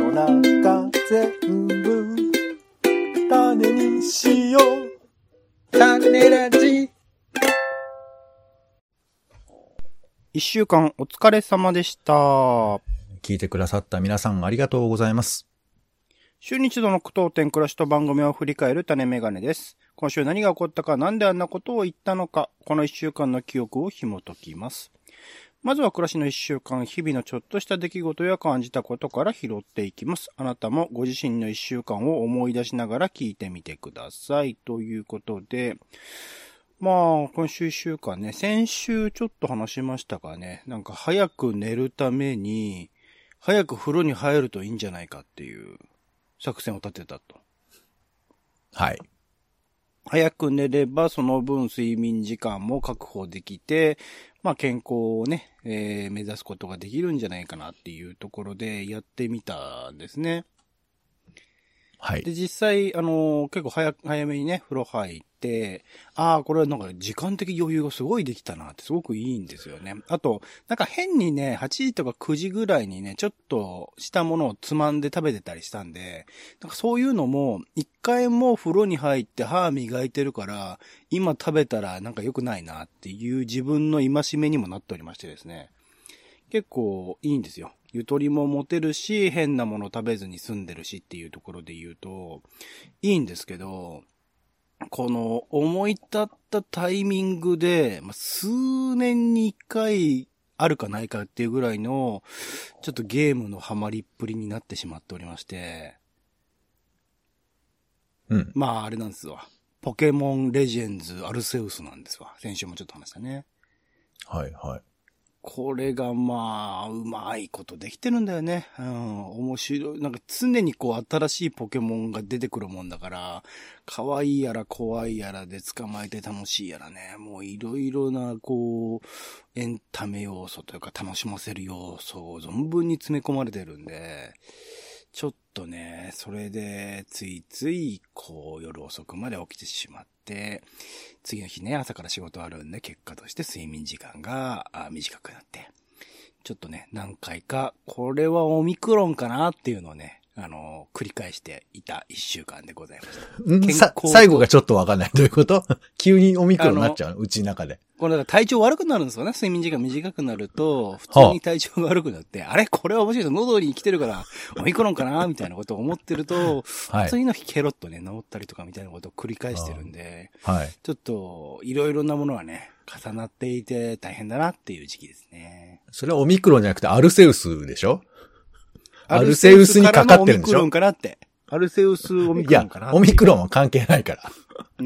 の中全部種にしよう。種ラジ。 一週間お疲れ様でした。 聞いてくださった皆さんありがとうございます。 週に一度の句読点暮らしと番組を振り返る種メガネです。今週何が起こったか、なんであんなことを言ったのか、この一週間の記憶を紐解きます。まずは暮らしの一週間、日々のちょっとした出来事や感じたことから拾っていきます。あなたもご自身の一週間を思い出しながら聞いてみてください。ということで、今週一週間ね、先週ちょっと話しましたがね、なんか早く寝るために、早く風呂に入るといいんじゃないかっていう作戦を立てたと。 はい。 早く寝ればその分睡眠時間も確保できて、健康をね、目指すことができるんじゃないかなっていうところでやってみたんですね。 はい。 で、実際、結構早めにね、風呂入って、これはなんか時間的余裕がすごいできたなってすごくいいんですよね。あと、なんか変にね、8時とか9時ぐらいにね、ちょっとしたものをつまんで食べてたりしたんで、なんかそういうのも、一回も風呂に入って歯磨いてるから、今食べたらなんか良くないなっていう自分の戒めにもなっておりましてですね。結構いいんですよ。ゆとりも持てるし、変なもの食べずに済んでるしっていうところで言うと、いいんですけど、この思い立ったタイミングで、数年に一回あるかないかっていうぐらいの、ちょっとゲームのハマりっぷりになってしまっておりまして、 うん。 あれなんですわ。ポケモンレジェンズアルセウスなんですわ。先週もちょっと話したね。 はいはい。 これがうまいことできてるんだよね。面白い。なんか常に新しいポケモンが出てくるもんだから、可愛いやら怖いやらで捕まえて楽しいやらね。もういろいろなエンタメ要素というか楽しませる要素を存分に詰め込まれてるんで、ちょっとね、それでついつい夜遅くまで起きてしまって、次の日ね、朝から仕事あるんで、結果として睡眠時間が短くなって、ちょっとね、何回か、これはオミクロンかなっていうのをね、繰り返していた一週間でございました。 最後がちょっとわかんない。どういうこと急にオミクロンになっちゃうのうちの中で。 これだから体調悪くなるんですよね。睡眠時間短くなると、普通に体調が悪くなって、あれこれは面白いぞ。喉に来てるから、オミクロンかなみたいなことを思ってると、 はい、 次の日ケロッとね、治ったりとかみたいなことを繰り返してるんで、 はい、 ちょっと、いろいろなものがね、重なっていて大変だなっていう時期ですね。 それはオミクロンじゃなくてアルセウスでしょ？アルセウスにかかってるんでしょ？ オミクロンかなって。アルセウスオミクロンかなって。 いや、オミクロンは関係ないから。 うん。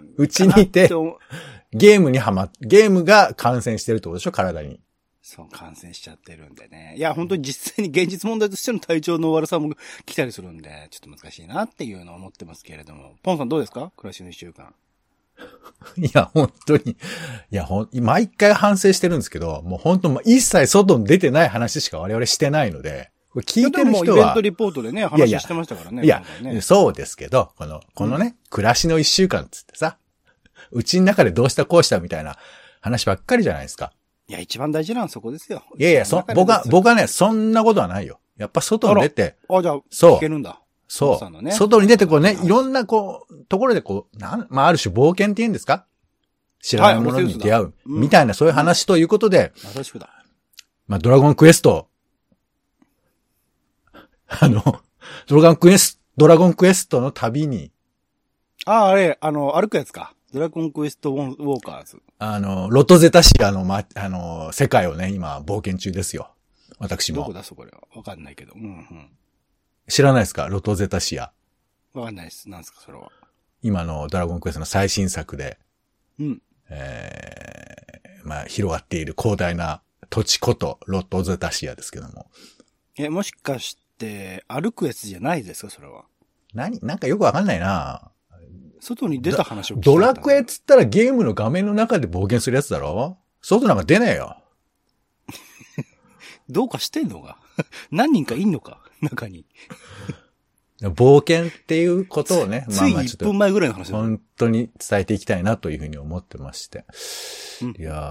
うちにいて、ゲームが感染してるってことでしょ？体に。 そう、感染しちゃってるんでね。いや、本当に実際に現実問題としての体調の悪さも来たりするんで、ちょっと難しいなっていうのを思ってますけれども。ポンさんどうですか？暮らしの一週間。 いや、本当に。いや、毎回反省してるんですけど、もう本当、一切外に出てない話しか我々してないので、聞いてる人は。 イベントリポートでね、話してましたからね。 いや、そうですけど、このね、暮らしの一週間つってさ、うちの中でどうしたこうしたみたいな話ばっかりじゃないですか。 いや、一番大事なのはそこですよ。 いや、僕はね、そんなことはないよ。やっぱ外に出て。 じゃあ、聞けるんだ。 そう。外に出ていろんなところである種冒険って言うんですか？知らないものに出会う。みたいなそういう話ということで。 正しくだ。 ドラゴンクエスト。ドラゴンクエストの旅に。 あれ、歩くやつか。ドラゴンクエストウォーカーズ。 ロトゼタシアの世界をね、今冒険中ですよ。私も。 どこだそこれは。わかんないけど。うんうん。 知らないですか？ロトゼタシア。 わかんないです。なんですかそれは。 今のドラゴンクエストの最新作で。 うん。 広がっている広大な土地ことロトゼタシアですけども。 もしかして歩くやつじゃないですかそれは。 なんかよくわかんないな。 外に出た話を聞いた。 ドラクエっつったらゲームの画面の中で冒険するやつだろ？外なんか出ねえよ。 どうかしてんのか何人かいんのか中に。 冒険っていうことをね、 つい1分前ぐらいの話だ。 本当に伝えていきたいなというふうに思ってまして。いやー、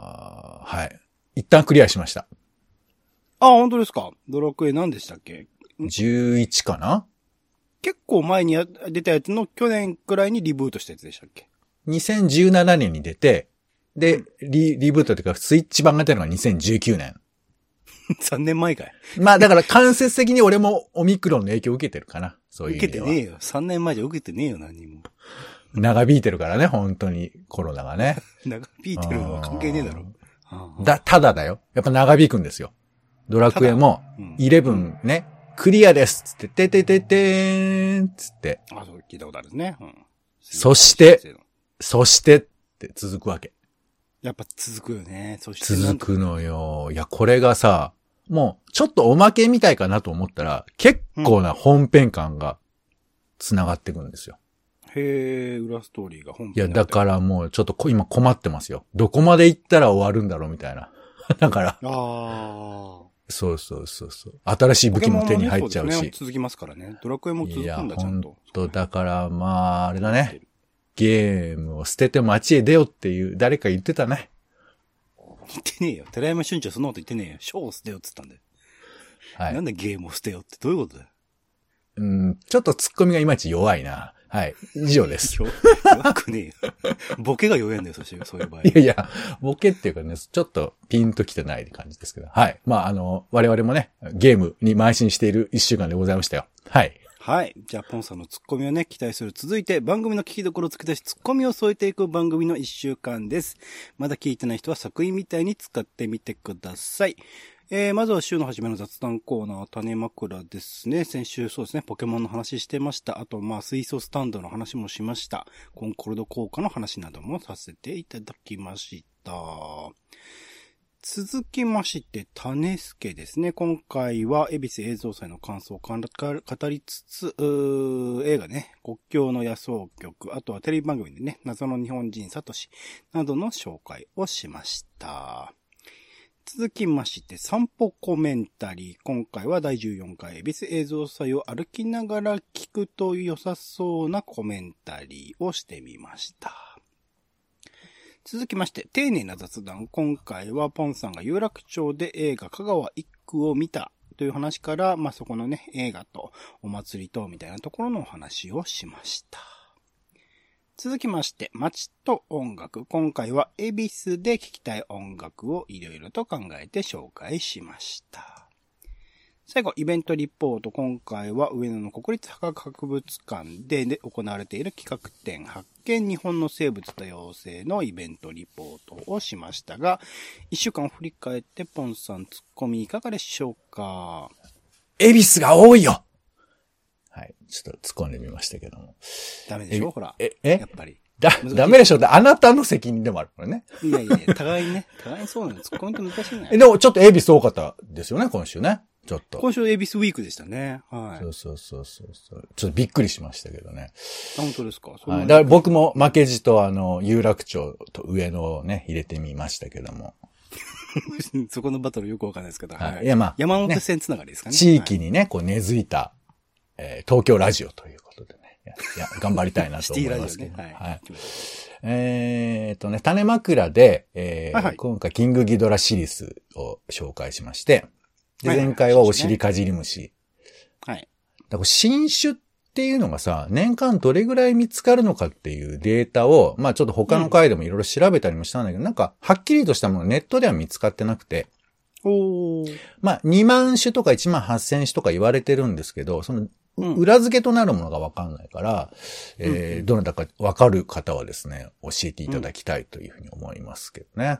はい。一旦クリアしました。 本当ですか？ドラクエ何でしたっけ？ 11かな？ 結構前に出たやつの去年くらいにリブートしたやつでしたっけ？ 2017 年に出て、で、リブートというかスイッチ版が出たのが2019年。 3年前かい。 まあだから間接的に俺もオミクロンの影響を受けてるかな。そういう意味では。 受けてねえよ。3年前じゃ受けてねえよ、何にも。 長引いてるからね、本当にコロナがね。 長引いてるのは関係ねえだろ。 ただだよ。やっぱ長引くんですよ。ドラクエも、11ね、クリアですつって、ててててーんつって。 あ、そう、聞いたことあるね。うん。 そしてって続くわけ。 やっぱ続くよね。そして続くのよ。いや、これがさ、もう、ちょっとおまけみたいかなと思ったら、結構な本編感が繋がってくるんですよ。 へー、裏ストーリーが本編。 いや、だからもう、ちょっと今困ってますよ。どこまで行ったら終わるんだろうみたいな。だから。そう。新しい武器も手に入っちゃうし。 続きますからね。ドラクエも続くんだ、ちゃんと。 いや、ほんと、だからまあ、あれだね。ゲームを捨てて街へ出よっていう誰か言ってたね。 言ってねえよ。寺山俊一はそんなこと言ってねえよ。ショーを捨てよって言ったんだよ。はい。なんでゲームを捨てよってどういうことだよ。 ちょっとツッコミがいまいち弱いな。はい。以上です。 弱くねえよ。ボケが弱いんだよ、そういう場合。 いや、ボケっていうかね、ちょっとピンときてない感じですけど。はい。まあ、我々もね、ゲームに邁進している一週間でございましたよ。はい。 はい。じゃあ、ポンさんのツッコミをね、期待する。続いて、番組の聞きどころをつけ出し、ツッコミを添えていく番組の一週間です。まだ聞いてない人は作品みたいに使ってみてください。まずは週の初めの雑談コーナー、種枕ですね。先週そうですね、ポケモンの話してました。あと、水素スタンドの話もしました。コンコルド効果の話などもさせていただきました。続きまして、種助ですね。今回は、恵比寿映像祭の感想を語りつつ、映画ね、国境の野草局、あとはテレビ番組でね、謎の日本人サトシなどの紹介をしました。続きまして、散歩コメンタリー。今回は第14回恵比寿映像祭を歩きながら聞くと良さそうなコメンタリーをしてみました。続きまして、丁寧な雑談。今回はポンさんが有楽町で映画香川一区を見たという話から、そこのね、映画とお祭りとみたいなところのお話をしました。続きまして、街と音楽。今回は恵比寿で聴きたい音楽をいろいろと考えて紹介しました。最後、イベントリポート。今回は上野の国立科学博物館で行われている企画展、発見日本の生物多様性のイベントリポートをしましたが、一週間を振り返ってポンさんツッコミいかがでしょうか？ 恵比寿が多いよ！はい。ちょっと突っ込んでみましたけども。 ダメでしょほら。やっぱり。 ダメでしょってあなたの責任でもあるからね。 いや、互いにそうなの。突っ込みって難しいね。 でもちょっと恵比寿多かったですよね、今週ね。ちょっと。 今週恵比寿ウィークでしたね。はい。 そう。ちょっとびっくりしましたけどね。 本当ですか？ はい。だから僕も負けじと有楽町と上野をね、入れてみましたけども。 そこのバトルよくわかんないですけど。 はい。いや山手線つながりですかね。 地域にね、こう根付いた、東京ラジオということでね。いや、頑張りたいなと思いますけど。はい。種枕で、今回キングギドラシリスを紹介しまして、で、前回はお尻かじり虫。 はい。 だから新種っていうのがさ、年間どれぐらい見つかるのかっていうデータを、ちょっと他の回でもいろいろ調べたりもしたんだけど、はっきりとしたものネットでは見つかってなくて。2万種とか1万8000種とか言われてるんですけど、その、裏付けとなるものがわかんないから、どなたかわかる方はですね、教えていただきたいというふうに思いますけどね。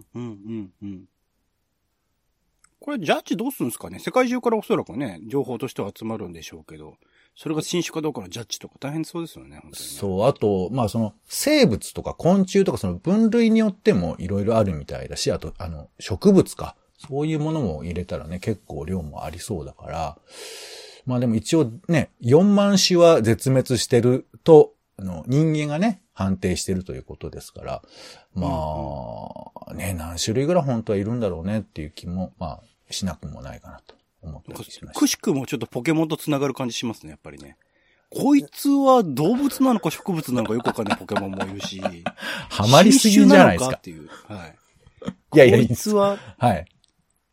これジャッジどうするんですかね？世界中からおそらくね、情報としては集まるんでしょうけど、それが新種かどうかのジャッジとか大変そうですよね、本当にね。 そう、あと、その、生物とか昆虫とかその分類によってもいろいろあるみたいだし、あと、植物か。そういうものも入れたらね、結構量もありそうだから、でも一応ね、4万種は絶滅してると、人間がね、判定してるということですから、何種類ぐらい本当はいるんだろうねっていう気も、しなくもないかなと思ってます。 くしくもちょっとポケモンと繋がる感じしますね、やっぱりね。こいつは動物なのか植物なのかよくわかんないポケモンもいるし。 ハマりすぎじゃないですか。 っていう。はい。 いや、 こいつは、 はい。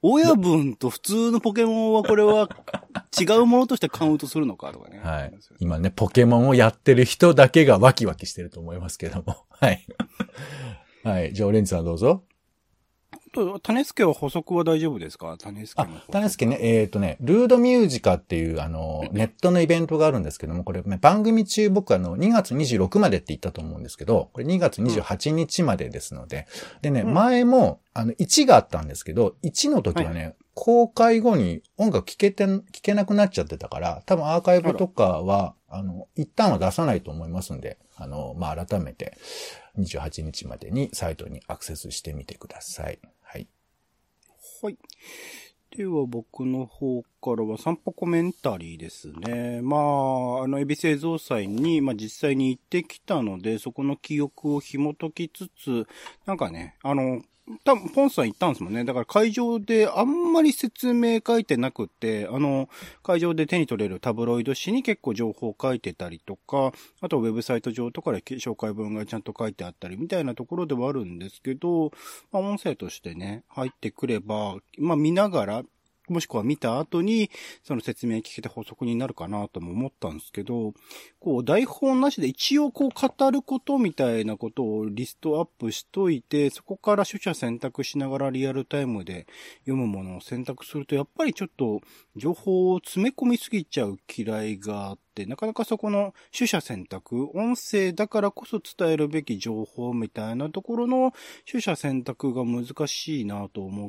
親分と普通のポケモンはこれは違うものとしてカウントするのかとかね。 はい。今ね、ポケモンをやってる人だけがワキワキしてると思いますけども。はい。はい。じゃあ、オレンジさんどうぞ。 種付けは補足は大丈夫ですか？種付けの。 種付けね、ルードミュージカっていう、ネットのイベントがあるんですけども、これ、ね、番組中僕2月26までって言ったと思うんですけど、これ2月28日までですので、でね、前も、1があったんですけど、1の時はね、公開後に音楽聴けなくなっちゃってたから、多分アーカイブとかは、一旦は出さないと思いますんで、改めて28日までにサイトにアクセスしてみてください。はい。 はい。では僕の方からは散歩コメンタリーですね。恵比寿映像祭に、実際に行ってきたので、そこの記憶を紐解きつつ、なんかね、多分、ポンさん行ったんですもんね。だから会場であんまり説明書いてなくって、会場で手に取れるタブロイド紙に結構情報書いてたりとか、あとウェブサイト上とかで紹介文がちゃんと書いてあったりみたいなところではあるんですけど、音声としてね、入ってくれば、見ながら、もしくは見た後に、その説明聞けて補足になるかなとも思ったんですけど、台本なしで一応語ることみたいなことをリストアップしといて、そこから取捨選択しながらリアルタイムで読むものを選択すると、やっぱりちょっと情報を詰め込みすぎちゃう嫌いがあって、なかなかそこの取捨選択、音声だからこそ伝えるべき情報みたいなところの取捨選択が難しいなと思って、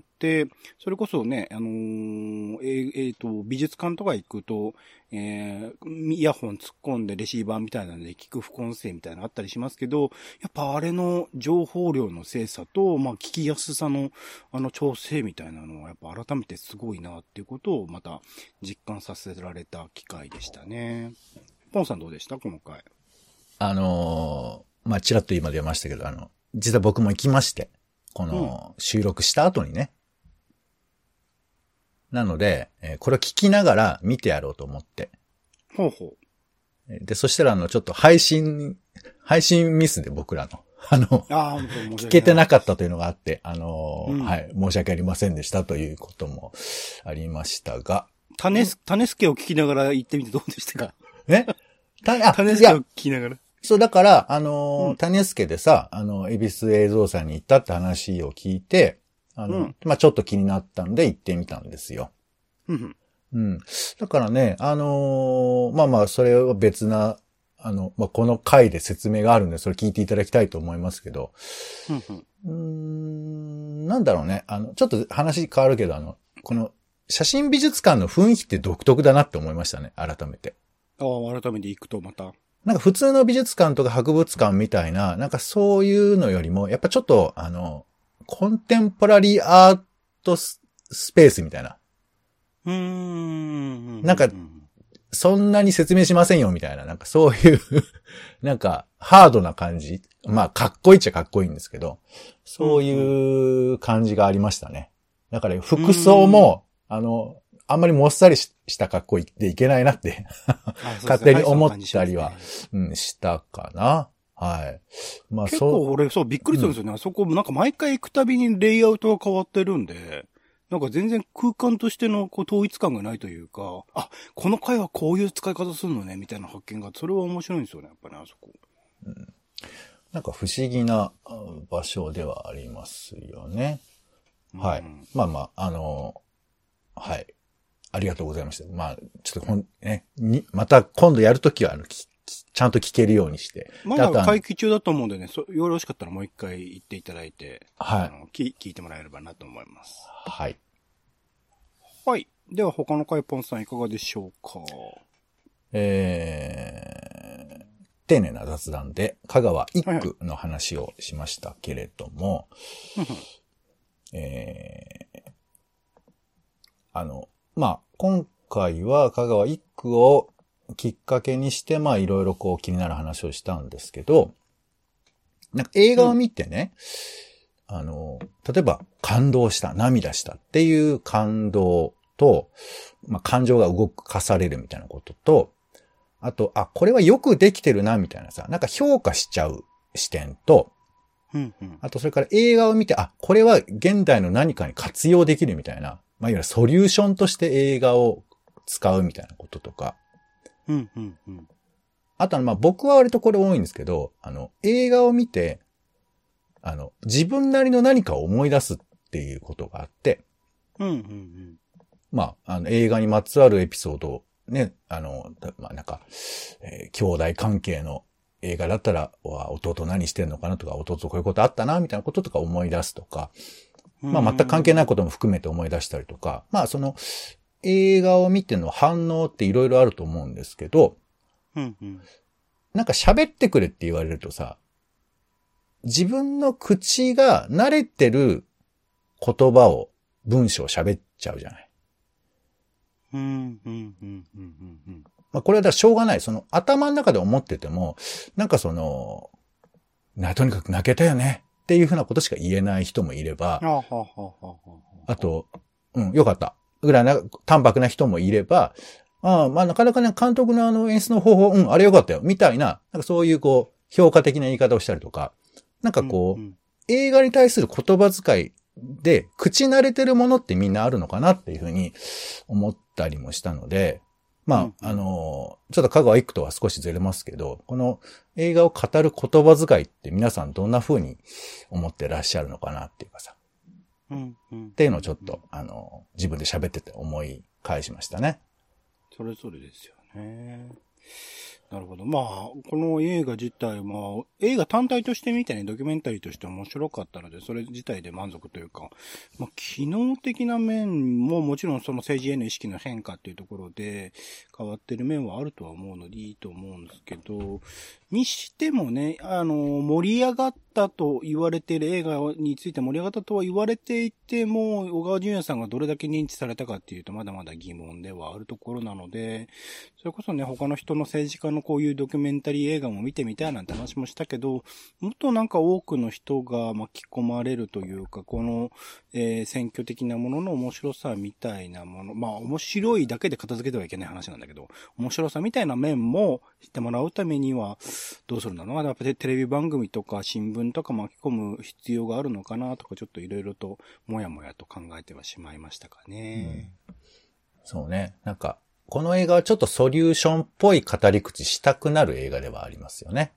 それこそね、美術館とか行くと、イヤホン突っ込んでレシーバーみたいなので聞く副音声みたいなのあったりしますけど、やっぱあれの情報量の精査と、聞きやすさの調整みたいなのはやっぱ改めてすごいなっていうことをまた実感させられた機会でしたね。ポンさんどうでしたこの回。 ちらっと今出ましたけど、実は僕も行きまして、この収録した後にね、なので、これを聞きながら見てやろうと思って。 ほうほう。で、そしたらちょっと配信ミスで僕らの、聞けてなかったというのがあって、はい、申し訳ありませんでしたということもありましたが。 種付けを聞きながら行ってみてどうでしたか？ 種付けを聞きながら。 そう、だから、種付けでさ、恵比寿映像祭に行ったって話を聞いて、ちょっと気になったんで行ってみたんですよ。だからね、それは別な、この回で説明があるんで、それ聞いていただきたいと思いますけど、なんだろうね、ちょっと話変わるけど、この写真美術館の雰囲気って独特だなって思いましたね、改めて。 改めて行くとまた。 なんか普通の美術館とか博物館みたいな、なんかそういうのよりも、やっぱちょっと、コンテンポラリーアートスペースみたいな。なんか、そんなに説明しませんよみたいな、なんかそういうなんかハードな感じ。かっこいいっちゃかっこいいんですけど、そういう感じがありましたね。だから服装も、あんまりもっさりした格好でいけないなって勝手に思ったりは、したかな。はい。 結構俺びっくりするんですよね。あそこなんか毎回行くたびにレイアウトが変わってるんで、なんか全然空間としての統一感がないというか、この回はこういう使い方するのねみたいな発見が、それは面白いんですよね、やっぱりあそこ。 なんか不思議な場所ではありますよね。はい。はい。ありがとうございました。ちょっとまた今度やるときはちゃんと聞けるようにして。 まだ会期中だと思うんでね、よろしかったらもう一回行っていただいて、 はい。 聞いてもらえればなと思います。 はい。 はい。では他の回ポンさんいかがでしょうか？ 丁寧な雑談で香川一区の話をしましたけれども、今回は香川一区をきっかけにして、いろいろ気になる話をしたんですけど、なんか映画を見てね、例えば感動した、涙したっていう感動と、感情が動かされるみたいなことと、あと、これはよくできてるな、みたいなさ、なんか評価しちゃう視点と、あとそれから映画を見て、これは現代の何かに活用できるみたいな、 まあ、いわゆるソリューションとして映画を使うみたいなこととか。 うんうんうん。 あとはまあ僕は割とこれ多いんですけど、映画を見て、自分なりの何かを思い出すっていうことがあって、 うんうんうん。 まあ、映画にまつわるエピソードをね、まあなんか、兄弟関係の映画だったら、弟何してんのかなとか、弟こういうことあったな、みたいなこととか思い出すとか、まあ全く関係ないことも含めて思い出したりとか、まあその、映画を見ての反応っていろいろあると思うんですけど、 うんうん、 なんか喋ってくれって言われるとさ、自分の口が慣れてる言葉を、文章を喋っちゃうじゃない。まあこれはだからしょうがない。その頭の中で思ってても、なんかとにかく泣けたよねっていうふうなことしか言えない人もいれば、あと、よかった。ぐらいな淡白な人もいれば、まあなかなかね、監督の演出の方法、あれよかったよ、みたいな、なんかそういう評価的な言い方をしたりとか、なんか映画に対する言葉遣いで、口慣れてるものってみんなあるのかなっていうふうに思ったりもしたので、まあ、ちょっと香川一区とは少しずれますけど、この映画を語る言葉遣いって皆さんどんな風に思ってらっしゃるのかなっていうかさ、っていうのをちょっと、自分で喋ってて思い返しましたね。 それぞれですよね。なるほど。まあ、この映画自体、まあ、映画単体として見てね、ドキュメンタリーとして面白かったので、それ自体で満足というか、まあ、機能的な面ももちろんその政治への意識の変化っていうところで変わってる面はあるとは思うのでいいと思うんですけど、にしてもね、盛り上がったと言われている映画について盛り上がったとは言われていても、小川淳也さんがどれだけ認知されたかっていうとまだまだ疑問ではあるところなので、それこそね、他の人の政治家のこういうドキュメンタリー映画も見てみたいなんて話もしたけど、もっとなんか多くの人が巻き込まれるというか、この、選挙的なものの面白さみたいなもの、まあ面白いだけで片付けてはいけない話なんだけど、面白さみたいな面も知ってもらうためには、どうするんだろうな。やっぱりテレビ番組とか新聞とか巻き込む必要があるのかなとか、ちょっといろいろともやもやと考えてはしまいましたかね。 そうね。なんか、この映画はちょっとソリューションっぽい語り口したくなる映画ではありますよね。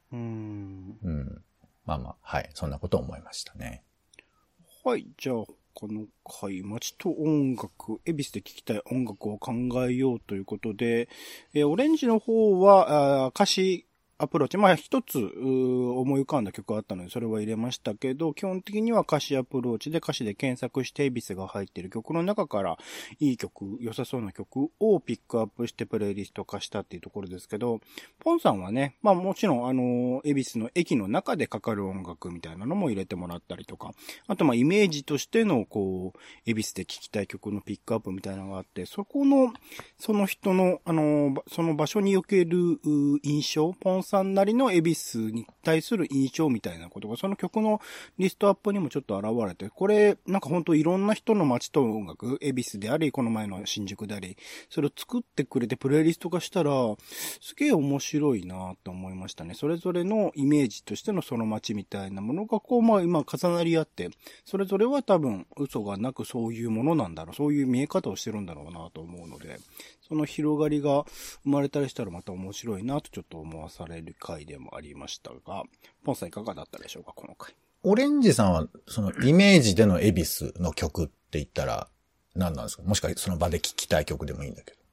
まあまあ、はい。そんなことを思いましたね。 はい。じゃあ、この回、街と音楽、恵比寿で聴きたい音楽を考えようということで、オレンジの方は、歌詞アプローチ。まあ一つ思い浮かんだ曲があったのでそれは入れましたけど、基本的には歌詞アプローチで歌詞で検索してエビスが入っている曲の中からいい曲、良さそうな曲をピックアップしてプレイリスト化したっていうところですけど、ポンさんはね、まあもちろんエビスの駅の中でかかる音楽みたいなのも入れてもらったりとか、あとまあイメージとしてのこう、エビスで聴きたい曲のピックアップみたいなのがあって、そこの、その人のその場所における印象、ポンさんなりのエビスに対する印象みたいなことがその曲のリストアップにもちょっと現れて、これなんかほんといろんな人の街と音楽、エビスでありこの前の新宿であり、それを作ってくれてプレイリスト化したらすげえ面白いなと思いましたね。それぞれのイメージとしてのその街みたいなものがこうまあ今重なり合って、それぞれは多分嘘がなくそういうものなんだろう、そういう見え方をしてるんだろうなと思うので、その広がりが生まれたりしたらまた面白いなとちょっと思わされる回でもありましたが、ポンさんいかがだったでしょうか、この回。 オレンジさんはそのイメージでのエビスの曲って言ったら何なんですか？もしくはその場で聴きたい曲でもいいんだけど。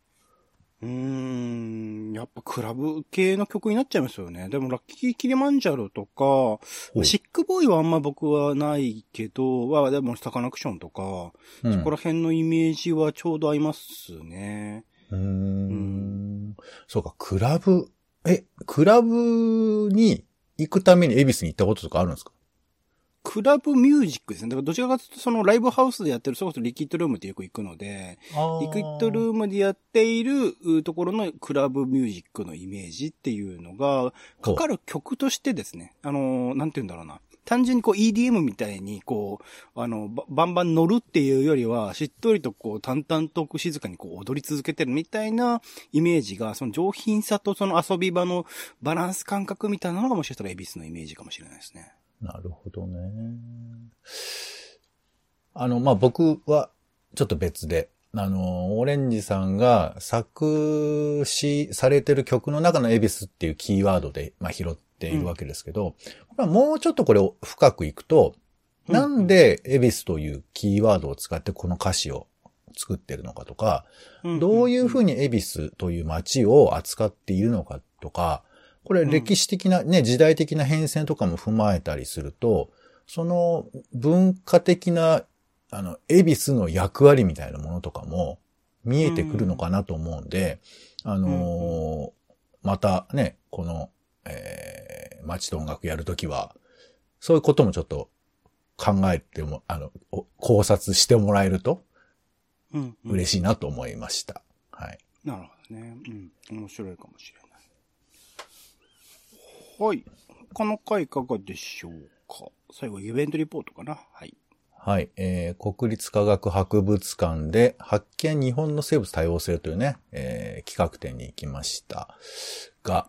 やっぱクラブ系の曲になっちゃいますよね。でもラッキーキリマンジャロとか、シックボーイはあんま僕はないけど、でもサカナクションとか、そこら辺のイメージはちょうど合いますね。 そうか、クラブに行くために恵比寿に行ったこととかあるんですか？ クラブミュージックですね。だからどちらかというとそのライブハウスでやってる、それこそリキッドルームってよく行くので、リキッドルームでやっているところのクラブミュージックのイメージっていうのが、かかる曲としてですね、なんて言うんだろうな。単純にこう EDM みたいにこう、バンバン乗るっていうよりは、しっとりとこう淡々と静かにこう踊り続けてるみたいなイメージが、その上品さとその遊び場のバランス感覚みたいなのがもしかしたらエビスのイメージかもしれないですね。 なるほどね。まあ、僕はちょっと別で、オレンジさんが作詞されてる曲の中の恵比寿っていうキーワードで、まあ、拾っているわけですけど、もうちょっとこれを深くいくと、なんで恵比寿というキーワードを使ってこの歌詞を作ってるのかとか、どういうふうに恵比寿という街を扱っているのかとか、これ歴史的なね、時代的な変遷とかも踏まえたりすると、その文化的な、恵比寿の役割みたいなものとかも見えてくるのかなと思うんで、またね、この、街と音楽やるときは、そういうこともちょっと考えても、考察してもらえると、嬉しいなと思いました。はい。 なるほどね。面白いかもしれない。はい。この回いかがでしょうか。最後、イベントリポートかな。はい。 はい。国立科学博物館で発見日本の生物多様性というね、企画展に行きましたが、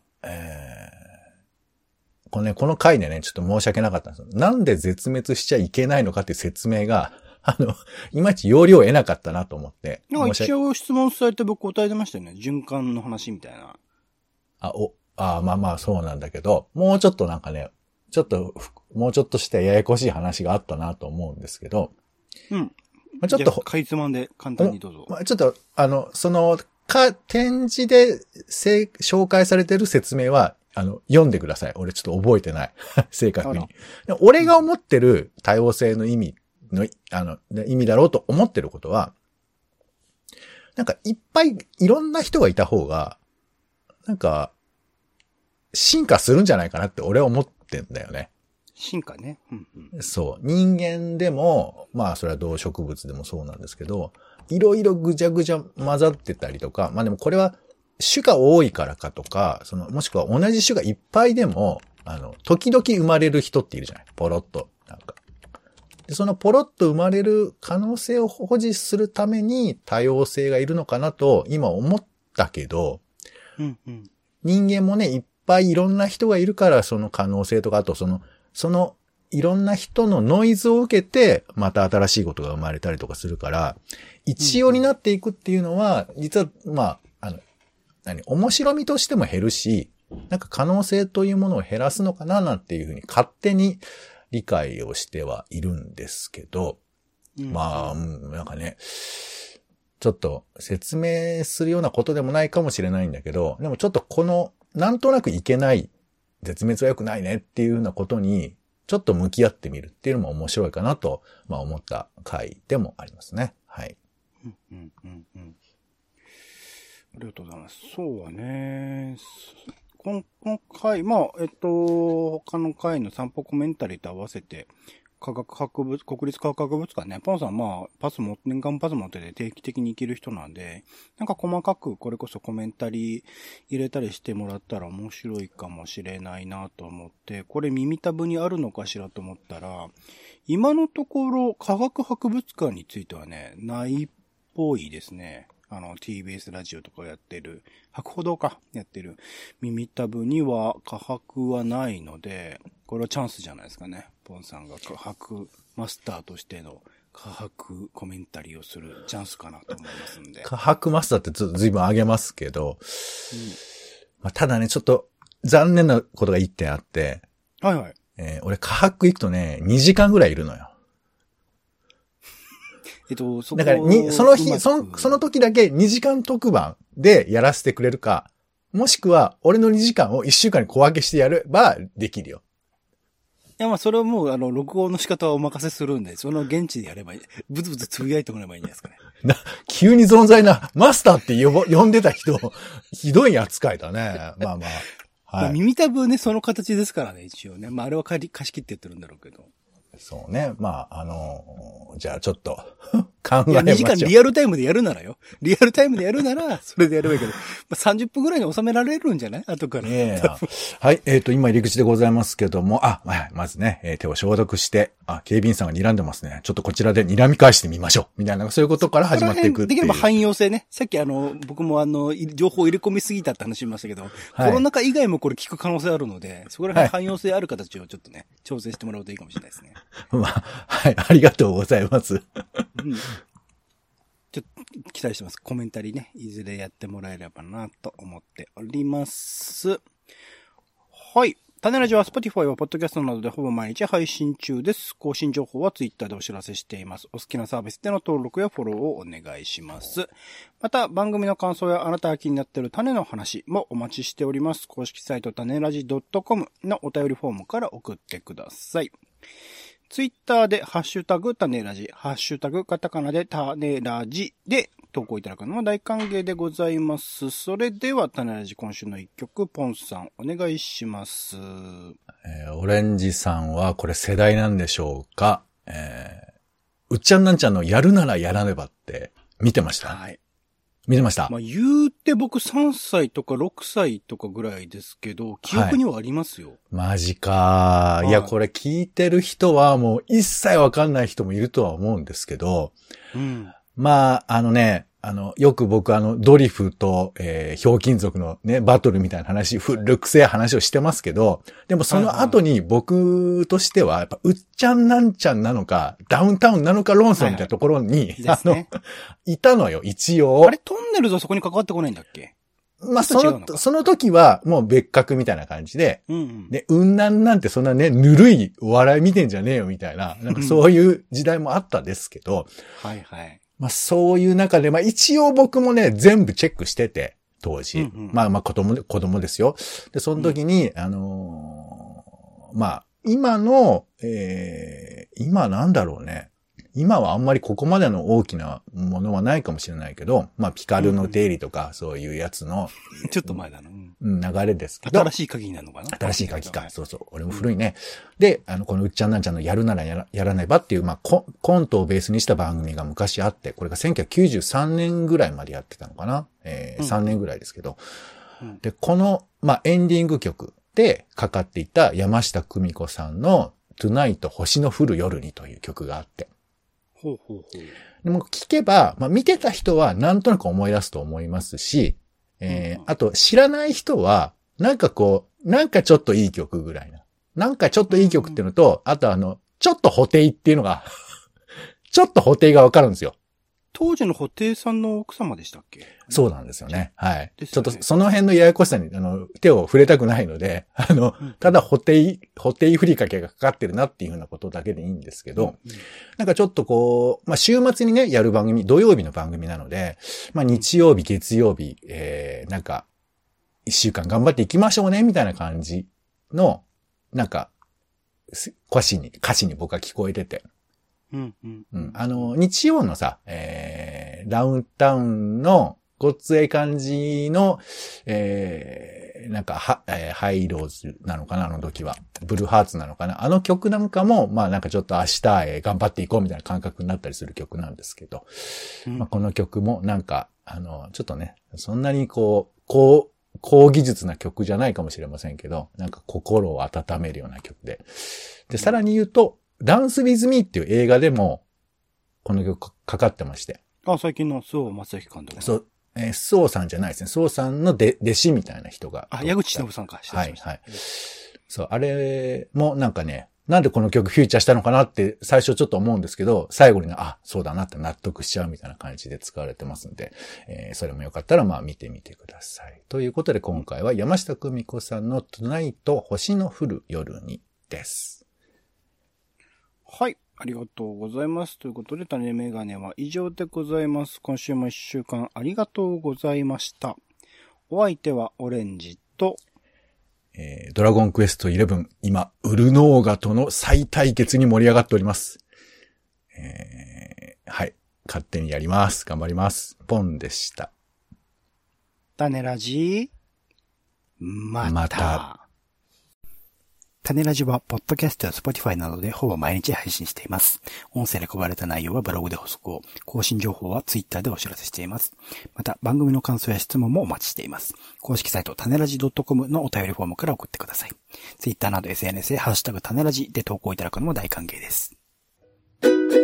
この回でね、ちょっと申し訳なかったんですよ。なんで絶滅しちゃいけないのかっていう説明が、いまいち要領を得なかったなと思って。 なんか一応質問されて僕答えてましたよね。循環の話みたいな。 まあそうなんだけど、もうちょっとなんかね、もうちょっとしたややこしい話があったなと思うんですけど。ちょっと。 かいつまんで簡単にどうぞ。 ちょっと、展示で紹介されてる説明は、読んでください。俺ちょっと覚えてない。正確に。俺が思ってる多様性の意味だろうと思ってることは、なんかいっぱいいろんな人がいた方が、なんか、進化するんじゃないかなって俺は思ってんだよね。 進化ね。 そう。人間でも、まあそれは動植物でもそうなんですけど、いろいろぐちゃぐちゃ混ざってたりとか、まあでもこれは種が多いからかとか、もしくは同じ種がいっぱいでも、時々生まれる人っているじゃない。ポロッと。なんか。で、そのポロッと生まれる可能性を保持するために多様性がいるのかなと今思ったけど、人間もね、いっぱいいろんな人がいるからその可能性とか、あとそのいろんな人のノイズを受けてまた新しいことが生まれたりとかするから、一様になっていくっていうのは、実は、まあ、面白みとしても減るし、なんか可能性というものを減らすのかななんていうふうに勝手に理解をしてはいるんですけど、まあ、なんかね、ちょっと説明するようなことでもないかもしれないんだけど、でもちょっとなんとなくいけない、絶滅は良くないねっていうようなことに、ちょっと向き合ってみるっていうのも面白いかなと、まあ思った回でもありますね。はい。 ありがとうございます。そうはね。今回、まあ、他の回の散歩コメンタリーと合わせて、国立科学博物館ね、ポンさんまあ、年間パス持ってて定期的に行ける人なんで、なんか細かくこれこそコメンタリー入れたりしてもらったら面白いかもしれないなと思って、これ耳たぶにあるのかしらと思ったら、今のところ科学博物館についてはね、ないっぽいですね。TBS ラジオとかやってる、博報堂か、やってる、耳たぶには科博はないので、これはチャンスじゃないですかね。ポンさんが科博マスターとしての科博コメンタリーをするチャンスかなと思いますんで。 科博マスターってちょっと随分上げますけど、まあ、ただね、ちょっと残念なことが一点あって、 はいはい。 俺科博行くとね、2時間ぐらいいるのよ。だからその日、その時だけ2時間特番でやらせてくれるか、もしくは俺の2時間を1週間に小分けしてやればできるよ。 いや、まあ、それはもう、録音の仕方はお任せするんで、その現地でやればいい。ブツブツつぶやいてもらえばいいんじゃないですかね。 急に存在な、マスターって呼んでた人、ひどい扱いだね。まあまあ。 はい。まあ、耳たぶね、その形ですからね、一応ね。まあ、あれは貸し切って言ってるんだろうけど。 そうね。まあ、じゃあちょっと、考えましょう。いや、 2時間リアルタイムでやるならよ。リアルタイムでやるなら、それでやればいいけど、まあ、30分ぐらいに収められるんじゃない後から。 はい。今入り口でございますけども、まずね、手を消毒して、警備員さんが睨んでますね。ちょっとこちらで睨み返してみましょう。みたいな、そういうことから始まっていくっていう。 できれば汎用性ね。さっき僕も情報入れ込みすぎたって話しましたけど、コロナ禍以外もこれ聞く可能性あるので、そこら辺汎用性ある形をちょっとね、調整してもらうといいかもしれないですね。 まあ、はい、ありがとうございます。 ちょっと期待してます。コメンタリーね、いずれやってもらえればなと思っております。はい。種ラジは Spotify はポッドキャストなどでほぼ毎日配信中です。更新情報は Twitter でお知らせしています。お好きなサービスでの登録やフォローをお願いします。また、番組の感想やあなたが気になっている種の話もお待ちしております。公式サイト種ラジ .com のお便りフォームから送ってください。Twitter でハッシュタグ種ラジ、ハッシュタグカタカナで種ラジで投稿いただくのは大歓迎でございます。それでは、種ラジ今週の一曲、ポンさん、お願いします。 オレンジさんはこれ世代なんでしょうか？うっちゃんなんちゃんのやるならやらねばって見てました？ はい。 見てました。 まあ、言うて僕3歳とか6歳とかぐらいですけど、記憶にはありますよ。はい、 マジかー。いや、これ聞いてる人はもう一切わかんない人もいるとは思うんですけど、 うん。 まあ、よく僕ドリフと、ひょうきん族のね、バトルみたいな話、古くせえ話をしてますけど、でもその後に僕としては、やっぱ、うっちゃんなんちゃんなのか、ダウンタウンなのか論争みたいなところに、いたのよ、一応。 あれ、トンネルズはそこに関わってこないんだっけ？ まあ、その時は、もう別格みたいな感じで、で、なんてそんなね、ぬるいお笑い見てんじゃねえよ、みたいな、なんかそういう時代もあったんですけど、 はいはい。 まあそういう中で、まあ一応僕もね、全部チェックしてて、当時。まあ子供ですよ。で、その時に、まあ、今の、今なんだろうね。今はあんまりここまでの大きなものはないかもしれないけど、まあピカルの定理とか、そういうやつの、 ちょっと前だな。 流れですけど。 新しい鍵になるのかな？ 新しい鍵か。そうそう。俺も古いね。で、このうっちゃんなんちゃんのやるならやらないばっていう、まあコントをベースにした番組が昔あって、これが1993年ぐらいまでやってたのかな。3年ぐらいですけど。で、この、まあエンディング曲でかかっていた山下久美子さんの Tonight 星の降る夜にという曲があって。でも聞けば、まあ見てた人はなんとなく思い出すと思いますし、あと知らない人は、なんかちょっといい曲ぐらいな。なんかちょっといい曲っていうのと、あとちょっと補填っていうのが、ちょっと補填がわかるんですよ。 当時の布袋さんの奥様でしたっけ？ そうなんですよね。はい。ちょっとその辺のややこしさに手を触れたくないので、ただ補填ふりかけがかかってるなっていうふうなことだけでいいんですけど、なんかちょっとこう、まあ週末にね、やる番組、土曜日の番組なので、まあ日曜日、月曜日、なんか、一週間頑張っていきましょうね、みたいな感じの、なんか、歌詞に僕は聞こえてて。日曜のさ、ダウンタウンのごっつええ感じの、なんかハイローズなのかな、あの時は。ブルーハーツなのかな。あの曲なんかも、まあなんかちょっと明日頑張っていこうみたいな感覚になったりする曲なんですけど、まあこの曲もなんか、ちょっとね、そんなに高技術な曲じゃないかもしれませんけど、なんか心を温めるような曲で。で、さらに言うと、ダンスウィズミーっていう映画でも、この曲かかってまして。 あ、最近の周防正行監督。 そう、周防さんじゃないですね。周防さんの弟子みたいな人が。 あ、矢口忍さんか。 はい、はい。そう、あれもなんかね、なんでこの曲フィーチャーしたのかなって最初ちょっと思うんですけど、最後にあ、そうだなって納得しちゃうみたいな感じで使われてますんで、それもよかったらまあ見てみてください。ということで今回は山下久美子さんのトゥナイト星の降る夜にです。 はい。ありがとうございます。ということで、種メガネは以上でございます。今週も一週間ありがとうございました。お相手はオレンジと、 ドラゴンクエスト11、今、ウルノーガとの再対決に盛り上がっております。はい。勝手にやります。頑張ります。ポンでした。 種ラジまた。種ラジは、ポッドキャストや Spotify などでほぼ毎日配信しています。音声で配られた内容はブログで補足を、更新情報は Twitter でお知らせしています。また、番組の感想や質問もお待ちしています。公式サイト、種ラジ .com のお便りフォームから送ってください。Twitter など SNS でハッシュタグ種ラジで投稿いただくのも大歓迎です。